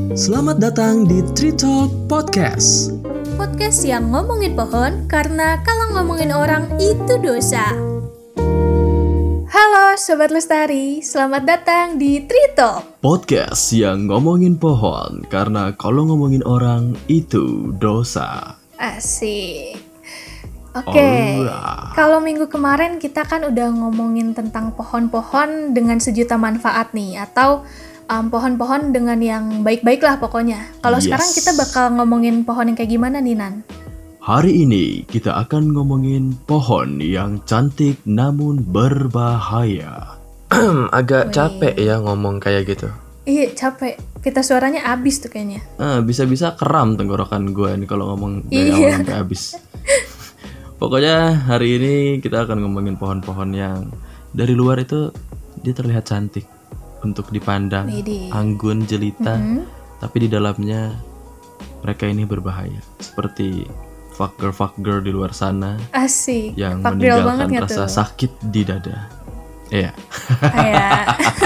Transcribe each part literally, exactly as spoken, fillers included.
Selamat datang di Tree Talk Podcast. Podcast yang ngomongin pohon karena kalau ngomongin orang itu dosa. Halo Sobat Lestari, selamat datang di Tree Talk Podcast yang ngomongin pohon karena kalau ngomongin orang itu dosa. Asik. Oke, okay. Kalau minggu kemarin kita kan udah ngomongin tentang pohon-pohon dengan sejuta manfaat nih, atau um, pohon-pohon dengan yang baik-baik lah pokoknya. Kalau yes. Sekarang kita bakal ngomongin pohon yang kayak gimana nih, Nan? Hari ini kita akan ngomongin pohon yang cantik namun berbahaya. Agak Wih. capek ya ngomong kayak gitu. Iya, capek. Kita suaranya abis tuh kayaknya. Ah, bisa-bisa kram tenggorokan gue nih kalau ngomong dari awal sampai abis. Pokoknya hari ini kita akan ngomongin pohon-pohon yang dari luar itu dia terlihat cantik untuk dipandang, Lady. anggun, jelita, mm-hmm. tapi di dalamnya mereka ini berbahaya. Seperti fuck girl fuck girl di luar sana. Asik. Yang fuck meninggalkan rasa tuh? sakit di dada. Iya. Yeah.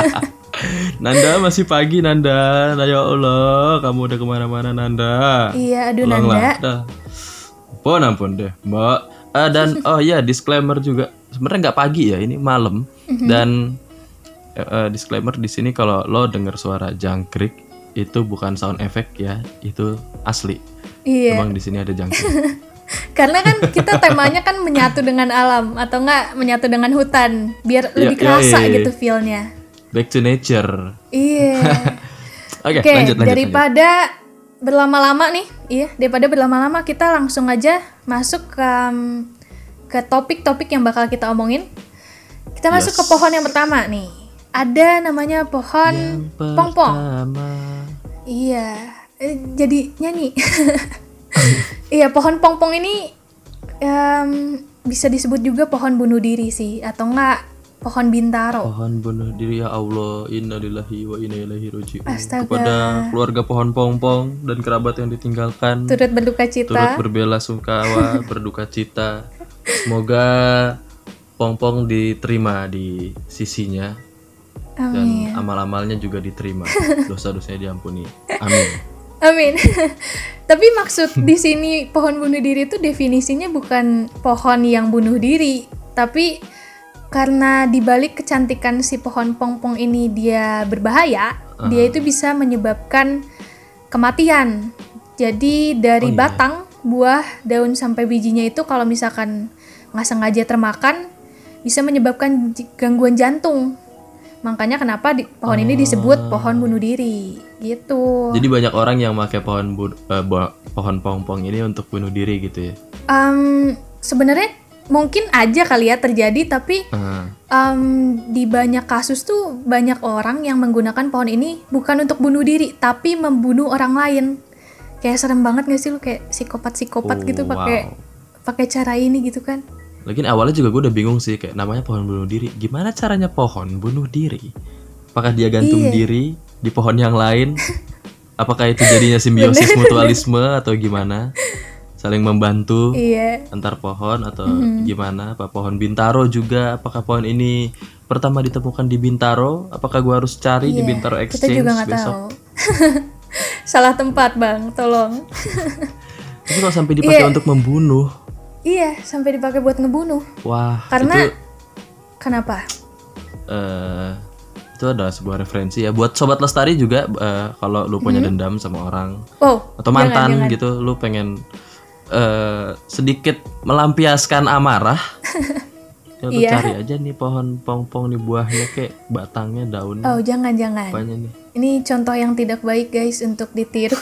Nanda masih pagi Nanda. Ya Allah, kamu udah kemana-mana Nanda. Iya, aduh Ulanglah. Nanda. Ampun ampun deh Mbak. Uh, dan oh ya yeah, disclaimer juga sebenarnya nggak pagi ya, ini malam. Mm-hmm. Dan uh, disclaimer di sini kalau lo denger suara jangkrik itu bukan sound effect ya, itu asli. Iya. Emang di sini ada jangkrik. Karena kan kita temanya kan menyatu dengan alam atau enggak menyatu dengan hutan biar lebih ya, kerasa ya, ya, ya. gitu feel-nya. Back to nature. Iya. Oke, okay, lanjut lanjut. Daripada lanjut. berlama-lama nih, iya, daripada berlama-lama kita langsung aja masuk ke ke topik-topik yang bakal kita omongin. Kita masuk yes. ke pohon yang pertama nih. Ada namanya pohon pongpong. Iya, eh, jadi nyanyi. Iya, pohon pongpong ini um, bisa disebut juga pohon bunuh diri sih, atau enggak pohon bintaro. Pohon bunuh diri, ya Allah, innalillahi wa inna ilaihi raji'un. Kepada keluarga pohon pongpong dan kerabat yang ditinggalkan, turut berduka cita, turut berbela-sungkawa, berduka cita. Semoga pongpong diterima di sisinya. Amin. Dan amal-amalnya juga diterima, dosa-dosanya diampuni. Amin. Amin. Tapi maksud di sini pohon bunuh diri itu definisinya bukan pohon yang bunuh diri, tapi karena dibalik kecantikan si pohon pongpong ini dia berbahaya, uh. dia itu bisa menyebabkan kematian. Jadi dari oh, batang, iya. buah, daun sampai bijinya itu kalau misalkan nggak sengaja termakan bisa menyebabkan gangguan jantung. Makanya kenapa di, pohon oh. ini disebut pohon bunuh diri, gitu. Jadi banyak orang yang pakai pohon bu, uh, bu, pohon pongpong ini untuk bunuh diri gitu ya? Um, sebenarnya mungkin aja kali ya terjadi, tapi uh. um, di banyak kasus tuh banyak orang yang menggunakan pohon ini bukan untuk bunuh diri, tapi membunuh orang lain. Kayak serem banget nggak sih lu, kayak psikopat-psikopat oh, gitu pakai wow. pakai cara ini gitu kan? Lagian awalnya juga gue udah bingung sih, kayak namanya pohon bunuh diri. Gimana caranya pohon bunuh diri? Apakah dia gantung iya. diri di pohon yang lain? Apakah itu jadinya simbiosis mutualisme atau gimana? Saling membantu iya. antar pohon atau mm-hmm. gimana? Apa pohon bintaro juga? Apakah pohon ini pertama ditemukan di Bintaro? Apakah gue harus cari iya. di Bintaro Exchange kita juga besok? Tahu. Salah tempat bang, tolong. Tapi kalau sampai dipakai yeah. untuk membunuh? Iya, sampai dipakai buat ngebunuh. Wah. Karena itu, kenapa? Uh, itu adalah sebuah referensi ya buat Sobat Lestari juga. Uh, kalau lu punya mm-hmm. dendam sama orang wow, atau mantan jangan, jangan. gitu, lu pengen Uh, sedikit melampiaskan amarah, ya lu yeah. cari aja nih pohon pongpong nih, buahnya kayak batangnya, daunnya. Oh jangan jangan. Nih? Ini contoh yang tidak baik guys untuk ditiru.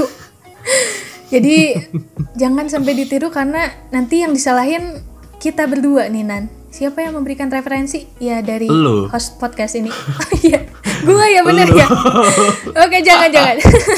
Jadi jangan sampai ditiru karena nanti yang disalahin kita berdua nih Nan. Siapa yang memberikan referensi? Ya dari lu. Host podcast ini. Oh iya, gua ya benar ya. Oke jangan jangan.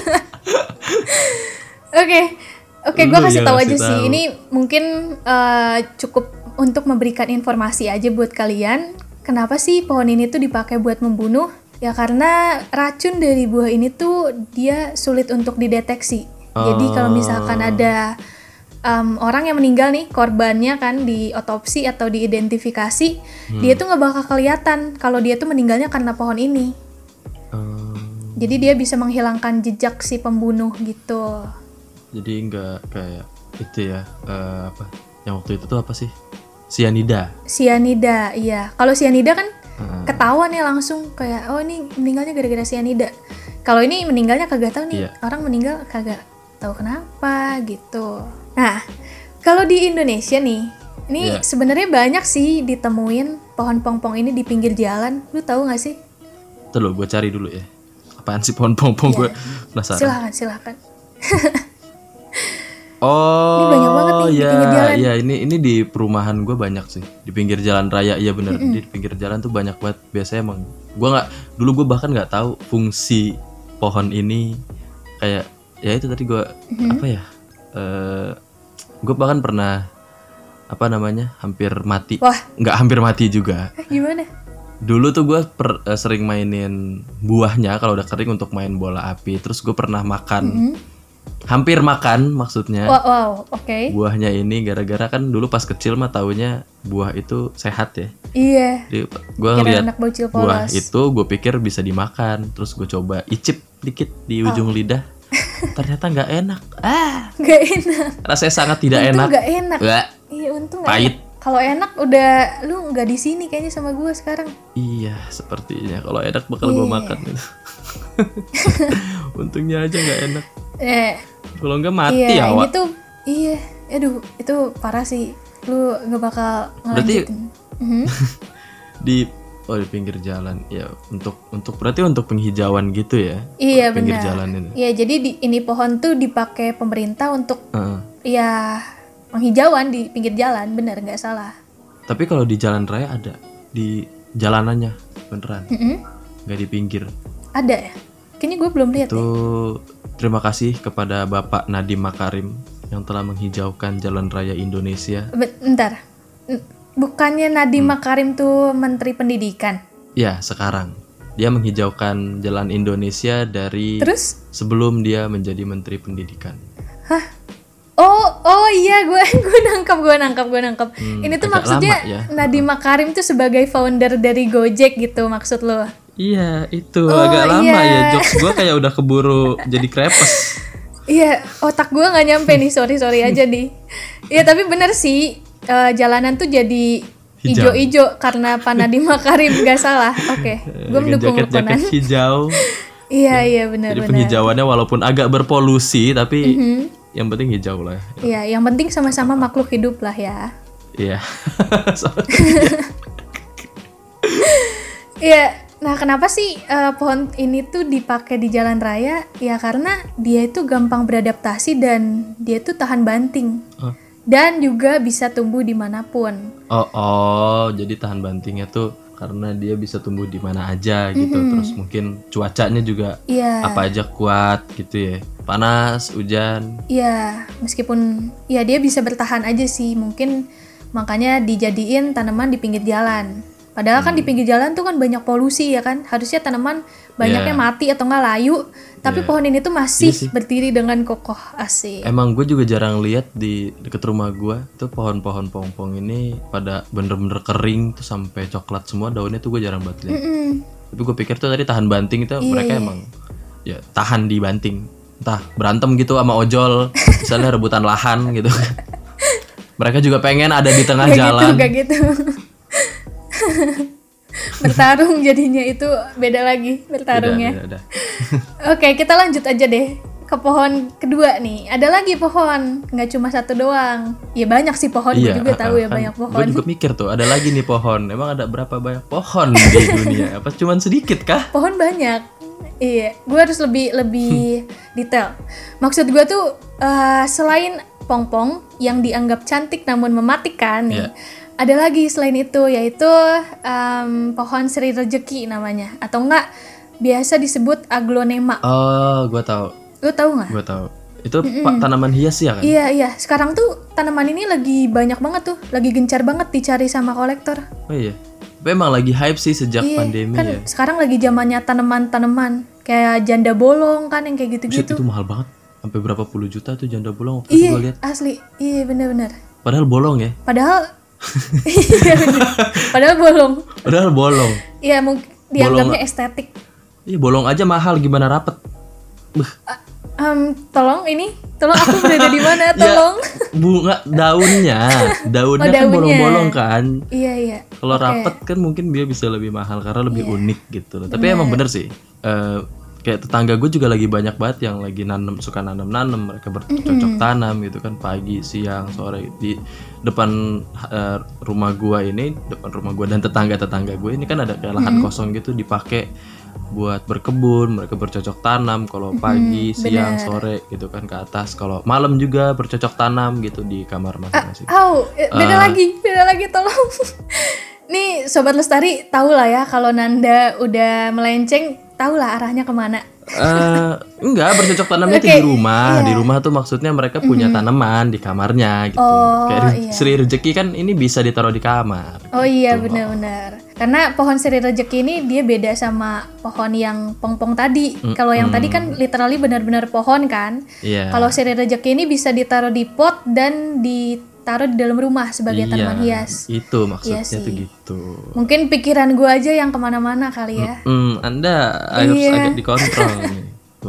Oke. Oke, gue kasih tahu aja tahu. sih. Ini mungkin uh, cukup untuk memberikan informasi aja buat kalian. Kenapa sih pohon ini tuh dipakai buat membunuh? Ya karena racun dari buah ini tuh dia sulit untuk dideteksi. Oh. Jadi kalau misalkan ada um, orang yang meninggal nih, korbannya kan di otopsi atau diidentifikasi, hmm. dia tuh nggak bakal kelihatan kalau dia tuh meninggalnya karena pohon ini. Oh. Jadi dia bisa menghilangkan jejak si pembunuh gitu. Jadi nggak kayak itu ya, eh, apa? Yang waktu itu tuh apa sih? Sianida. Sianida, iya. Kalau sianida kan Ah. ketahuan ya langsung kayak oh ini meninggalnya gara-gara sianida. Kalau ini meninggalnya kagak tahu nih, Iya. orang meninggal kagak tahu kenapa gitu. Nah, kalau di Indonesia nih, ini Iya. sebenarnya banyak sih ditemuin pohon pongpong ini di pinggir jalan. Lu tahu nggak sih? Tuh lo, gue cari dulu ya. Apaan sih pohon pongpong? Iya. Gue penasaran. Silahkan, silahkan. Oh, Ini banyak banget nih di ya, pinggir jalan. ya ini ini di perumahan gue banyak sih di pinggir jalan raya. Iya bener, di pinggir jalan tuh banyak banget. Biasanya emang gue nggak, dulu gue bahkan nggak tahu fungsi pohon ini kayak ya itu tadi gue apa ya? Eh, gue bahkan pernah apa namanya hampir mati. Wah. Nggak hampir mati juga. Eh, gimana? Dulu tuh gue per- eh, sering mainin buahnya kalau udah kering untuk main bola api. Terus gue pernah makan, hampir makan maksudnya. Wow, wow, oke. Buahnya ini gara-gara kan dulu pas kecil mah taunya buah itu sehat ya. Iya. Jadi gue Kira ngeliat anak bocil buah polos. itu gue pikir bisa dimakan. Terus gue coba icip dikit di ujung lidah. Ternyata nggak enak. Ah, Gak enak. rasanya sangat tidak Untung enak. gak enak. Wah, Iya, untung gak pahit. enak. Kalau enak udah lu nggak di sini kayaknya sama gue sekarang. Iya, sepertinya kalau enak bakal gue Iya. makan. Untungnya aja nggak enak. Eh, Kalau nggak mati iya, ya, ini Wak. tuh iya, aduh, itu parah sih. Lu nggak bakal Berarti- ngelanjutin. Mhm. Di oh di pinggir jalan ya, untuk untuk berarti untuk penghijauan gitu ya. Iya pinggir benar. jalan ini. Iya, jadi di, ini pohon tuh dipakai pemerintah untuk Heeh. ya penghijauan di pinggir jalan, benar nggak salah. Tapi kalau di jalan raya ada di jalanannya beneran, Mhm. nggak di pinggir. Ada ya? Kayaknya gue belum lihat. Itu Ya. terima kasih kepada Bapak Nadiem Makarim yang telah menghijaukan jalan raya Indonesia. Bentar, N- bukannya Nadiem Makarim tuh Menteri Pendidikan? Ya sekarang dia menghijaukan jalan Indonesia dari Terus? sebelum dia menjadi Menteri Pendidikan. Oh, oh iya, gue gue nangkap, gue nangkap, gue nangkap. Hmm, Ini tuh agak maksudnya lama ya. Nadiem Makarim tuh sebagai founder dari Gojek gitu maksud lo? Iya itu Oh, agak lama iya. ya, jokes gue kayak udah keburu jadi krepes. Iya, otak gue nggak nyampe nih, sorry sorry aja nih. Iya tapi bener sih, eh, jalanan tuh jadi Hijau. ijo-ijo karena Pak Nadiem Makarim nggak salah. Oke, gue Dengan mendukung lu, Conan. jaket-jaket hijau. Iya iya benar Jadi benar. penghijauannya walaupun agak berpolusi tapi Mhm. yang penting hijau lah. Iya, yang penting sama-sama makhluk hidup lah ya. Iya. Iya, nah kenapa sih eh, pohon ini tuh dipakai di jalan raya? Ya karena dia itu gampang beradaptasi dan dia tuh tahan banting. Oh. Dan juga bisa tumbuh dimanapun. Oh, oh, jadi tahan bantingnya tuh karena dia bisa tumbuh di mana aja gitu. Terus mungkin cuacanya juga Iya. apa aja kuat gitu ya. Panas, hujan. Iya, meskipun ya dia bisa bertahan aja sih. Mungkin makanya dijadiin tanaman di pinggir jalan. Padahal kan di pinggir jalan tuh kan banyak polusi ya kan. Harusnya tanaman banyaknya Iya. mati atau enggak layu. Tapi Iya. pohon ini tuh masih Iya sih. berdiri dengan kokoh, asik. Emang gue juga jarang lihat di deket rumah gue tuh pohon-pohon pongpong ini pada bener-bener kering tuh sampai coklat semua daunnya tuh gue jarang banget lihat. Mm-mm. Tapi gue pikir tuh tadi tahan banting itu Iya, mereka iya. emang ya tahan di banting. Entah berantem gitu sama ojol, misalnya rebutan lahan gitu. Mereka juga pengen ada di tengah Gak jalan. gitu, gak gitu. Bertarung jadinya itu beda lagi bertarungnya. Beda, beda, beda. Oke, kita lanjut aja deh ke pohon kedua nih. Ada lagi pohon, nggak cuma satu doang. Ya banyak sih pohon, gue juga uh, tahu uh, ya kan banyak pohon. Gue juga mikir tuh, ada lagi nih pohon. Emang ada berapa banyak pohon di dunia? Apa cuman sedikit kah? Pohon banyak. Iya, gue harus lebih lebih detail. Maksud gue tuh eh, selain pongpong yang dianggap cantik namun mematikan nih, Iya. ada lagi selain itu yaitu em, pohon Sri Rejeki namanya, atau enggak biasa disebut aglonema. Oh, gue tahu, Lu tahu nggak? gue tahu. Itu pak tanaman hias ya kan? Iya iya, sekarang tuh tanaman ini lagi banyak banget tuh, lagi gencar banget dicari sama kolektor. Oh iya. Tapi emang lagi hype sih sejak Iya, pandemi kan ya. sekarang lagi zamannya tanaman-tanaman kayak janda bolong kan yang kayak Buset, gitu-gitu. itu mahal banget. Sampai berapa puluh juta tuh janda bolong waktu itu Iya, gue lihat. asli. Iya benar-benar. Padahal bolong ya. Padahal iya bener. Padahal bolong. Padahal bolong. Iya mungkin dianggapnya estetik. Iya, bolong aja mahal, gimana rapet? Beuh. Um, tolong ini, tolong aku berada di mana? Tolong. Ya, bunga daunnya, daunnya Oh, kan daunnya. bolong-bolong kan. Iya iya. Kalau Oke. rapet kan mungkin dia bisa lebih mahal karena lebih Iya. unik gitu loh. Tapi emang bener sih. eh, kayak tetangga gue juga lagi banyak banget yang lagi nanam, suka nanam-nanam. Mereka bercocok tanam gitu kan, pagi, siang, sore di depan eh, rumah gue ini, depan rumah gue dan tetangga-tetangga gue ini kan ada kayak lahan kosong gitu dipakai buat berkebun. Mereka bercocok tanam kalau pagi, siang, sore gitu kan ke atas. Kalau malam juga bercocok tanam gitu di kamar masing-masing. Au, eh, beda Eh. lagi, beda lagi tolong. Nih Sobat Lestari tahu lah ya kalau Nanda udah melenceng, tahu lah arahnya kemana. Eh, enggak, bercocok tanamnya tuh Oke, di rumah. iya. Di rumah tuh maksudnya mereka punya tanaman di kamarnya gitu. Oh, Kayak re- iya. Sri Rezeki kan ini bisa ditaruh di kamar. Oh iya Gitu. benar-benar. Karena pohon siri rezeki ini dia beda sama pohon yang pong-pong tadi. Kalau yang tadi kan literally benar-benar pohon kan. Iya. Kalau siri rezeki ini bisa ditaruh di pot dan ditaruh di dalam rumah sebagai Iya, tanaman hias. Itu maksudnya Iya tuh sih. gitu. Mungkin pikiran gue aja yang kemana-mana kali ya. Hmm, Anda harus Iya. agak dikontrol nih.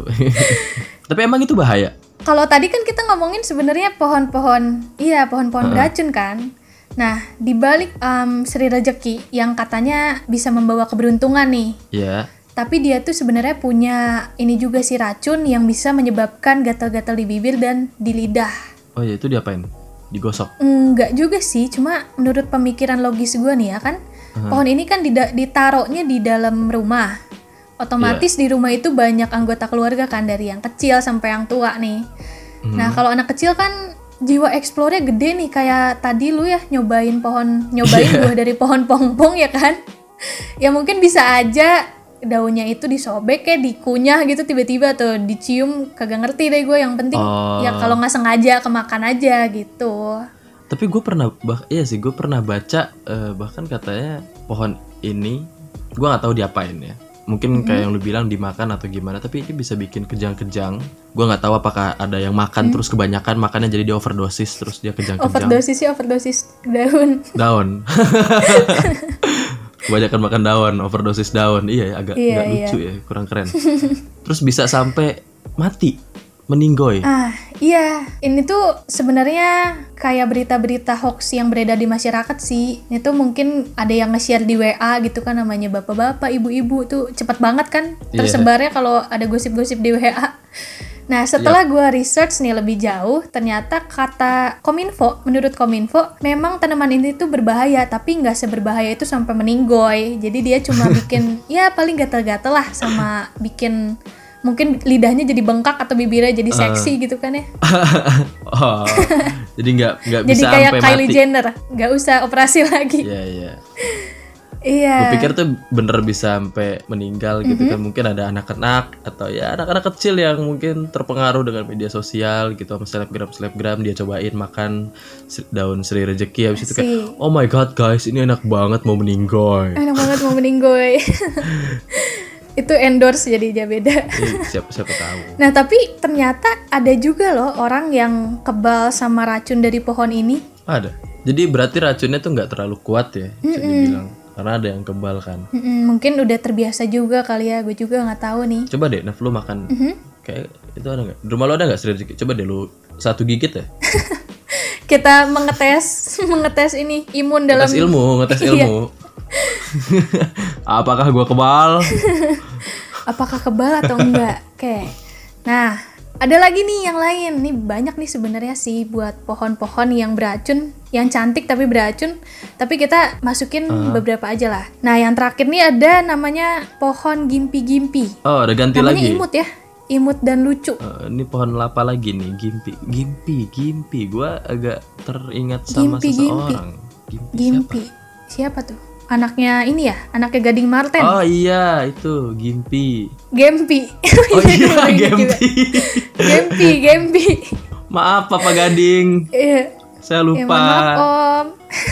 Tapi emang itu bahaya? Kalau tadi kan kita ngomongin sebenarnya pohon-pohon, iya pohon-pohon beracun kan. Nah, di balik um, seri rezeki yang katanya bisa membawa keberuntungan nih. Ya. Tapi dia tuh sebenarnya punya ini juga sih racun yang bisa menyebabkan gatal-gatal di bibir dan di lidah. Oh ya, itu diapain? Digosok. Enggak juga sih, cuma menurut pemikiran logis gue nih ya kan, pohon ini kan dida- ditaruhnya di dalam rumah. Otomatis di rumah itu banyak anggota keluarga kan, dari yang kecil sampai yang tua nih. Nah kalau anak kecil kan jiwa explore-nya gede nih, kayak tadi lu ya nyobain pohon, nyobain buah dari pohon pongpong ya kan. Ya mungkin bisa aja daunnya itu disobek kayak dikunyah gitu tiba-tiba tuh dicium, kagak ngerti deh gue. Yang penting Oh. ya kalau nggak sengaja kemakan aja gitu. Tapi gue pernah, bah, iya sih gue pernah baca eh, bahkan katanya pohon ini, gue nggak tahu diapain ya. Mungkin kayak yang lu bilang dimakan atau gimana, tapi ini bisa bikin kejang-kejang. Gue nggak tahu apakah ada yang makan terus kebanyakan makannya jadi dia overdosis terus dia kejang-kejang. Overdosis sih, overdosis daun. Daun. Kebanyakan makan daun, overdosis daun. Iya, ya, agak Iya, nggak iya. lucu ya, kurang keren. Terus bisa sampai mati, meninggoy. Ah, iya. Ini tuh sebenarnya kayak berita-berita hoax yang beredar di masyarakat sih. Ini tuh mungkin ada yang nge-share di W A gitu kan, namanya bapak-bapak, ibu-ibu tuh cepet banget kan Iya. tersebarnya kalau ada gosip-gosip di W A. Nah, setelah gue research nih lebih jauh, ternyata kata Kominfo, menurut Kominfo, memang tanaman ini tuh berbahaya, tapi nggak seberbahaya itu sampai meninggoy. Jadi dia cuma bikin, ya paling gatal-gatal lah, sama bikin mungkin lidahnya jadi bengkak atau bibirnya jadi seksi gitu kan ya. Oh, jadi nggak nggak Jadi bisa kayak sampai Kylie mati. Jenner, nggak usah operasi lagi. Iya iya. Iya. Gue pikir tuh bener bisa sampai meninggal gitu kan. Mungkin ada anak-anak atau ya anak-anak kecil yang mungkin terpengaruh dengan media sosial gitu, sama selebgram-selebgram, dia cobain makan se- daun sri rezeki, habis itu kayak Asik. oh my god guys, ini enak banget mau meninggoy. Enak banget mau meninggoy. Itu endorse jadinya beda. Eh, siapa siapa tahu. Nah tapi ternyata ada juga loh orang yang kebal sama racun dari pohon ini. Ada. Jadi berarti racunnya tuh nggak terlalu kuat ya, bisa dibilang. Karena ada yang kebal kan. Mm-mm, mungkin udah terbiasa juga kali ya, gue juga nggak tahu nih. Coba deh, Naf, lu makan. Kayak itu ada nggak? Di rumah lo ada nggak sri rezeki? Coba deh lu satu gigit ya. Kita mengetes, mengetes ini imun dalam. Ngetes ilmu, ngetes Iya. ilmu. Apakah gua kebal? Apakah kebal atau enggak? Oke. Nah, ada lagi nih yang lain. Nih banyak nih sebenarnya sih buat pohon-pohon yang beracun, yang cantik tapi beracun. Tapi kita masukin beberapa aja lah. Nah, yang terakhir nih ada namanya pohon gimpi-gimpi. Oh, ada ganti Namanya lagi. imut ya. Imut dan lucu. Eh, ini pohon lapa lagi nih, gimpi, gimpi, gimpi. Gua agak teringat sama Gimpi, seseorang. Gimpi, Gimpi. Siapa tuh? Anaknya ini ya? Anaknya Gading Marten. siapa? Oh iya, itu Gimpi. Gempi. Oh iya, Namanya juga. Gempi. Gempi, Gempi. Maaf Papa Gading, Iya. saya Ya, lupa. mohon maaf Om.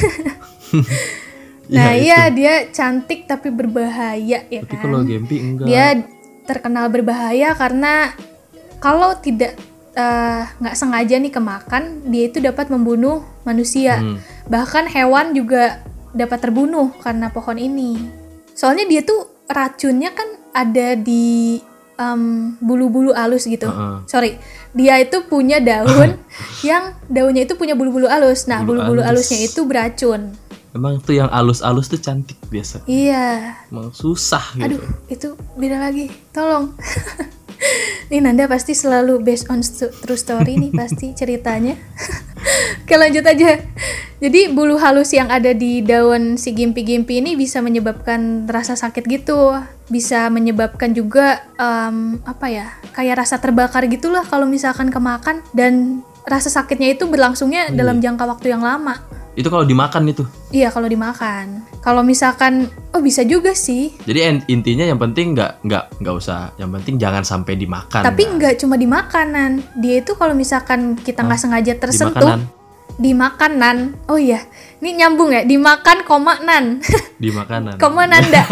Ya, Nah iya itu. dia cantik tapi berbahaya ya Tapi kan. kalau Gempi enggak. Dia terkenal berbahaya karena kalau tidak eh, nggak sengaja nih kemakan, dia itu dapat membunuh manusia. Hmm. Bahkan hewan juga dapat terbunuh karena pohon ini. Soalnya dia tuh racunnya kan ada di um, bulu-bulu halus gitu. Uh-uh. Sorry, dia itu punya daun yang daunnya itu punya bulu-bulu halus. Nah, Bulu bulu-bulu halus. halusnya itu beracun. Emang tuh yang alus-alus tuh cantik biasa. Iya. Emang susah gitu. Aduh, itu beda lagi. Tolong. Nih Nanda pasti selalu based on stu- true story nih pasti ceritanya. Oke, lanjut aja. Jadi bulu halus yang ada di daun si gimpi-gimpi ini bisa menyebabkan rasa sakit gitu. Bisa menyebabkan juga um, apa ya? Kayak rasa terbakar gitulah kalau misalkan kemakan, dan rasa sakitnya itu berlangsungnya Hmm. dalam jangka waktu yang lama. Itu kalau dimakan itu. Iya, kalau dimakan. Kalau misalkan, oh bisa juga sih. Jadi en- intinya yang penting nggak nggak nggak usah. Yang penting jangan sampai dimakan. Tapi kan? nggak cuma di makanan. Dia itu kalau misalkan kita nggak sengaja Di tersentuh, makanan. di makanan. Oh iya, ini nyambung ya. Dimakan koma nan, Di makanan. koma nanda.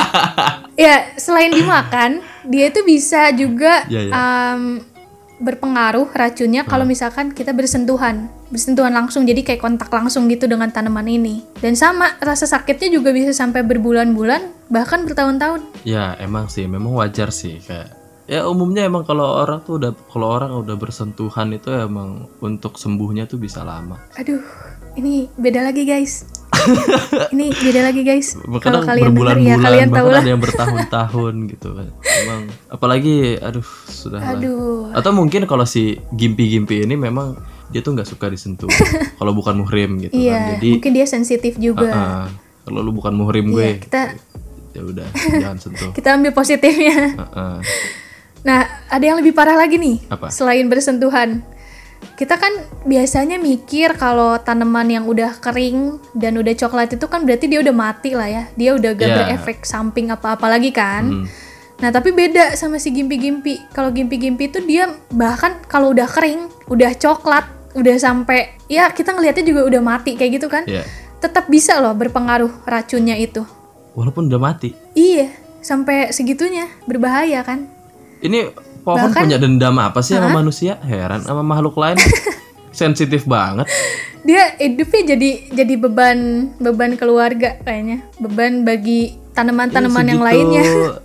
Ya, selain dimakan, dia itu bisa juga Iya, iya. um, berpengaruh racunnya kalau misalkan kita bersentuhan, bersentuhan langsung, jadi kayak kontak langsung gitu dengan tanaman ini. Dan sama, rasa sakitnya juga bisa sampai berbulan-bulan, bahkan bertahun-tahun. Ya emang sih, memang wajar sih kayak. Ya umumnya emang kalau orang tuh udah kalau orang udah bersentuhan itu emang untuk sembuhnya tuh bisa lama. Aduh, ini beda lagi guys. Ini beda lagi guys. Kalau Kadang kalian dengar ya berbulan-bulan, kalian tahu bahkan lah. ada yang bertahun-tahun gitu kan. Emang apalagi aduh sudah lah. Aduh. Atau mungkin kalau si gimpi-gimpi ini memang dia tuh nggak suka disentuh kalau bukan muhrim gitu kan. Iya, Jadi mungkin dia sensitif juga. uh-uh, kalau lu bukan muhrim gue, Iya, kita ya udah jangan sentuh. kita ambil positifnya. Uh-uh. Nah, ada yang lebih parah lagi nih. Apa? Selain bersentuhan. Kita kan biasanya mikir kalau tanaman yang udah kering dan udah coklat itu kan berarti dia udah mati lah ya. Dia udah gak Iya. berefek samping apa-apa lagi kan. Hmm. Nah, tapi beda sama si gimpi-gimpi. Kalau gimpi-gimpi itu dia bahkan kalau udah kering, udah coklat, udah sampai ya kita ngelihatnya juga udah mati kayak gitu kan. Iya. Tetap bisa loh berpengaruh racunnya itu. Walaupun udah mati. Iya, sampai segitunya, berbahaya kan. Ini pohon Bahkan- punya dendam apa sih sama manusia? Heran sama makhluk lain. Sensitif banget. Dia hidupnya jadi jadi beban beban keluarga kayaknya, beban bagi tanaman-tanaman Ini yang segitu lainnya.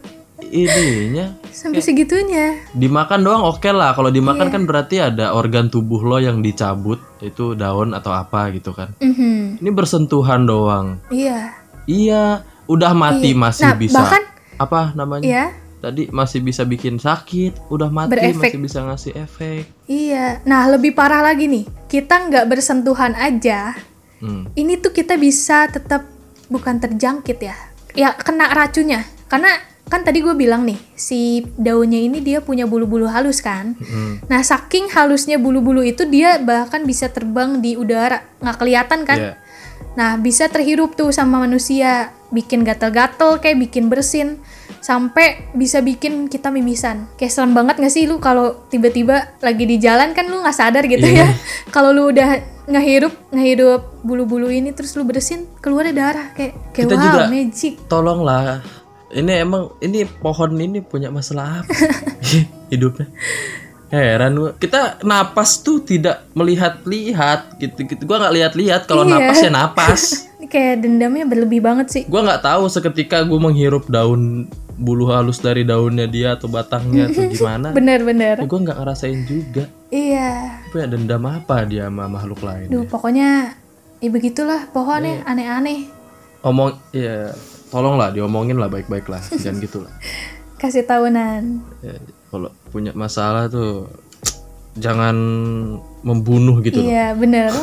Ininya Sampai segitunya. dimakan doang oke lah. Kalau dimakan Iya. kan berarti ada organ tubuh lo yang dicabut, itu daun atau apa gitu kan. Mhm. Ini bersentuhan doang. Iya. Iya, udah mati Iya. masih Nah, bisa. bahkan- apa namanya? Iya. Tadi masih bisa bikin sakit, udah mati Berefek. masih bisa ngasih efek. Iya. Nah, lebih parah lagi nih. Kita nggak bersentuhan aja, Hmm. ini tuh kita bisa tetap bukan terjangkit ya. Ya kena racunnya. Karena kan tadi gue bilang nih, si daunnya ini dia punya bulu-bulu halus kan. Hmm. Nah, saking halusnya bulu-bulu itu dia bahkan bisa terbang di udara, nggak kelihatan kan? Iya. Nah, bisa terhirup tuh sama manusia, bikin gatel-gatel kayak bikin bersin, sampai bisa bikin kita mimisan. Kayak serem banget gak sih lu kalau tiba-tiba lagi di jalan kan lu nggak sadar gitu Iya. ya. Kalau lu udah ngehirup ngehirup bulu-bulu ini terus lu bersin, keluar darah kayak kayak Kita wow, juga- magic. Tolonglah. Ini emang ini pohon ini punya masalah apa hidupnya? Heran gua. Kita napas tuh tidak melihat-lihat gitu-gitu. Gua nggak lihat-lihat kalau Iya. napas ya napas. Ini kayak dendamnya berlebih banget sih. Gua nggak tahu seketika gua menghirup daun bulu halus dari daunnya dia atau batangnya atau gimana. Bener-bener. Gue nggak ngerasain juga. Iya. Punya dendam apa dia sama makhluk lain? Duh, pokoknya ya begitulah pohonnya Iya. aneh-aneh. Omong, ya tolonglah diomongin lah baik-baik lah, jangan gitu lah. Kasih tahunan. Ya, kalau punya masalah tuh jangan membunuh gitu loh. Iya, bener.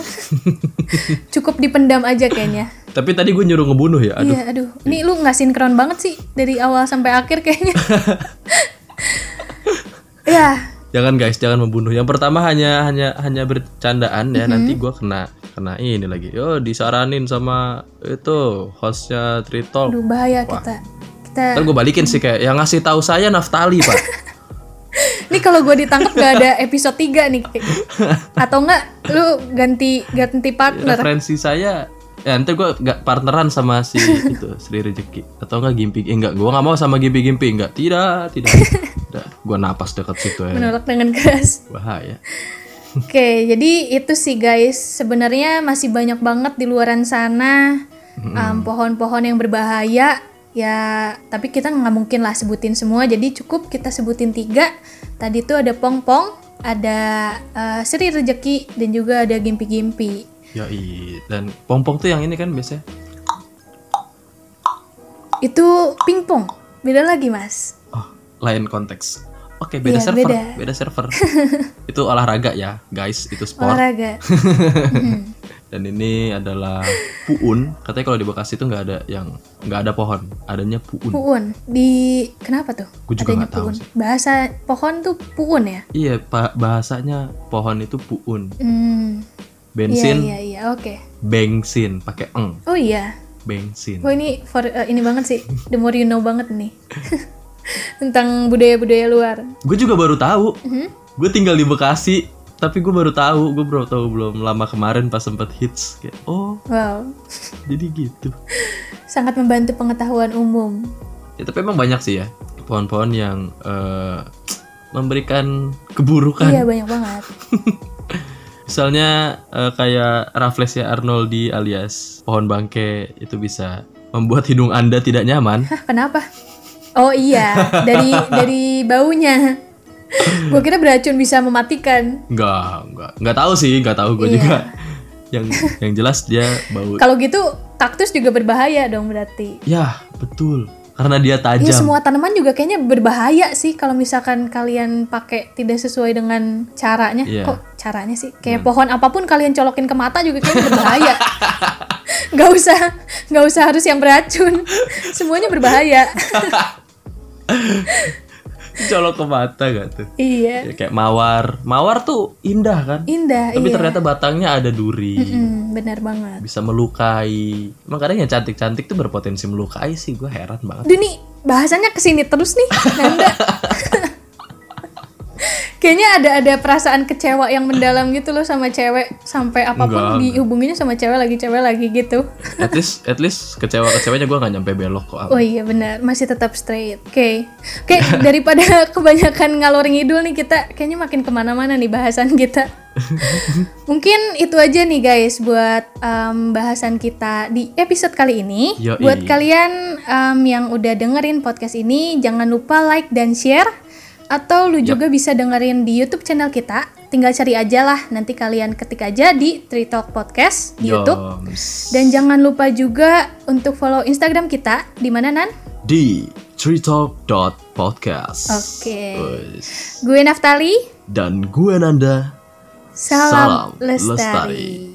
Cukup dipendam aja kayaknya. Tapi tadi gue nyuruh ngebunuh ya, aduh. Iya, aduh. Ini lu nggak sinkron banget sih dari awal sampai akhir kayaknya. Ya, Jangan guys, jangan membunuh. Yang pertama hanya hanya hanya bercandaan ya. Nanti gue kena kena ini lagi. Yo disaranin sama itu hostnya Tritalk. aduh bahaya Wah. kita. Kita. Ntar gue balikin sih kayak yang ngasih tahu saya Naftali pak. Ini kalau gue ditangkap gak ada episode tiga nih. Atau enggak lu ganti ganti partner. Referensi saya ya nanti gue gak partneran sama si itu Sri Rezeki atau enggak Gimpi eh, enggak gue nggak mau sama Gimpi Gimpi enggak tidak tidak tidak gue napas dekat situ ya Menolak dengan keras. bahaya. Oke, jadi itu sih guys. Sebenarnya masih banyak banget di luaran sana um, pohon-pohon yang berbahaya Ya, tapi kita nggak mungkin lah sebutin semua, jadi cukup kita sebutin tiga. Tadi tuh ada Pong-Pong, ada uh, Sri Rejeki, dan juga ada Gimpi-Gimpi. Yoi, dan Pong-Pong tuh yang ini kan biasanya. Itu pingpong, beda lagi mas. Oh, lain konteks. Oke, beda Iya, server, beda. beda server. Itu olahraga ya, guys, itu sport. Olahraga. Hmm. Dan ini adalah puun. Katanya kalau di Bekasi itu nggak ada yang nggak ada pohon, adanya puun. Puun, di kenapa tuh? Gua juga Adanya nggak tahu puun. sih. Bahasa pohon tuh puun ya? Iya, pak bahasanya pohon itu puun. Hmm. Bensin, Iya iya iya, oke. bensin, pakai eng, Oh iya. bensin. Oh ini for uh, ini banget sih. The more you know banget nih. Tentang budaya-budaya luar. Gue juga baru tahu. Mhm. Gue tinggal di Bekasi, tapi gue baru tahu. Gue baru tahu belum lama kemarin pas sempet hits. Kayak, oh, Wow. jadi gitu. Sangat membantu pengetahuan umum. Ya, tapi emang banyak sih ya pohon-pohon yang eh, memberikan keburukan. Iya banyak banget. Misalnya eh, kayak Rafflesia arnoldi alias pohon bangke itu bisa membuat hidung Anda tidak nyaman. Hah, kenapa? Oh iya, dari dari baunya. Gue kira beracun bisa mematikan. Enggak, enggak. Enggak tahu sih, enggak tahu gue Iya. juga. Yang yang jelas dia bau. Kalau gitu kaktus juga berbahaya dong berarti. Ya, betul. Karena dia Iya tajam. semua tanaman juga kayaknya berbahaya sih kalau misalkan kalian pakai tidak sesuai dengan caranya. Iya. Kok caranya sih? Kayak pohon apapun kalian colokin ke mata juga kayaknya berbahaya. Gak usah, gak usah harus yang beracun. Semuanya berbahaya. Colok ke mata gak tuh? Iya. Ya, kayak mawar. Mawar tuh indah kan? Indah. Tapi iya. ternyata batangnya ada duri. Mm, benar banget. Bisa melukai. Makanya yang cantik-cantik tuh berpotensi melukai sih. Gue heran banget. Duh nih, bahasanya kesini terus nih, Nanda. Kayaknya ada ada perasaan kecewa yang mendalam gitu loh sama cewek. Sampai apapun Enggak, dihubunginya sama cewek lagi, cewek lagi gitu. At least, at least kecewa-kecewanya gue gak nyampe belok kok. Oh iya benar, masih tetap straight. Oke, oke daripada kebanyakan ngalor ngidul nih kita, kayaknya makin kemana-mana nih bahasan kita. Mungkin itu aja nih guys buat um, bahasan kita di episode kali ini. Yoi. Buat kalian um, yang udah dengerin podcast ini, jangan lupa like dan share. Atau lu Yep. juga bisa dengerin di YouTube channel kita. Tinggal cari aja lah, nanti kalian ketik aja di Tree Talk Podcast di YouTube. Yoms. Dan jangan lupa juga untuk follow Instagram kita, di mana Nan? Di treetalk dot podcast. Oke. Wes. Gue Naftali. Dan gue Nanda. Salam, Salam lestari. lestari.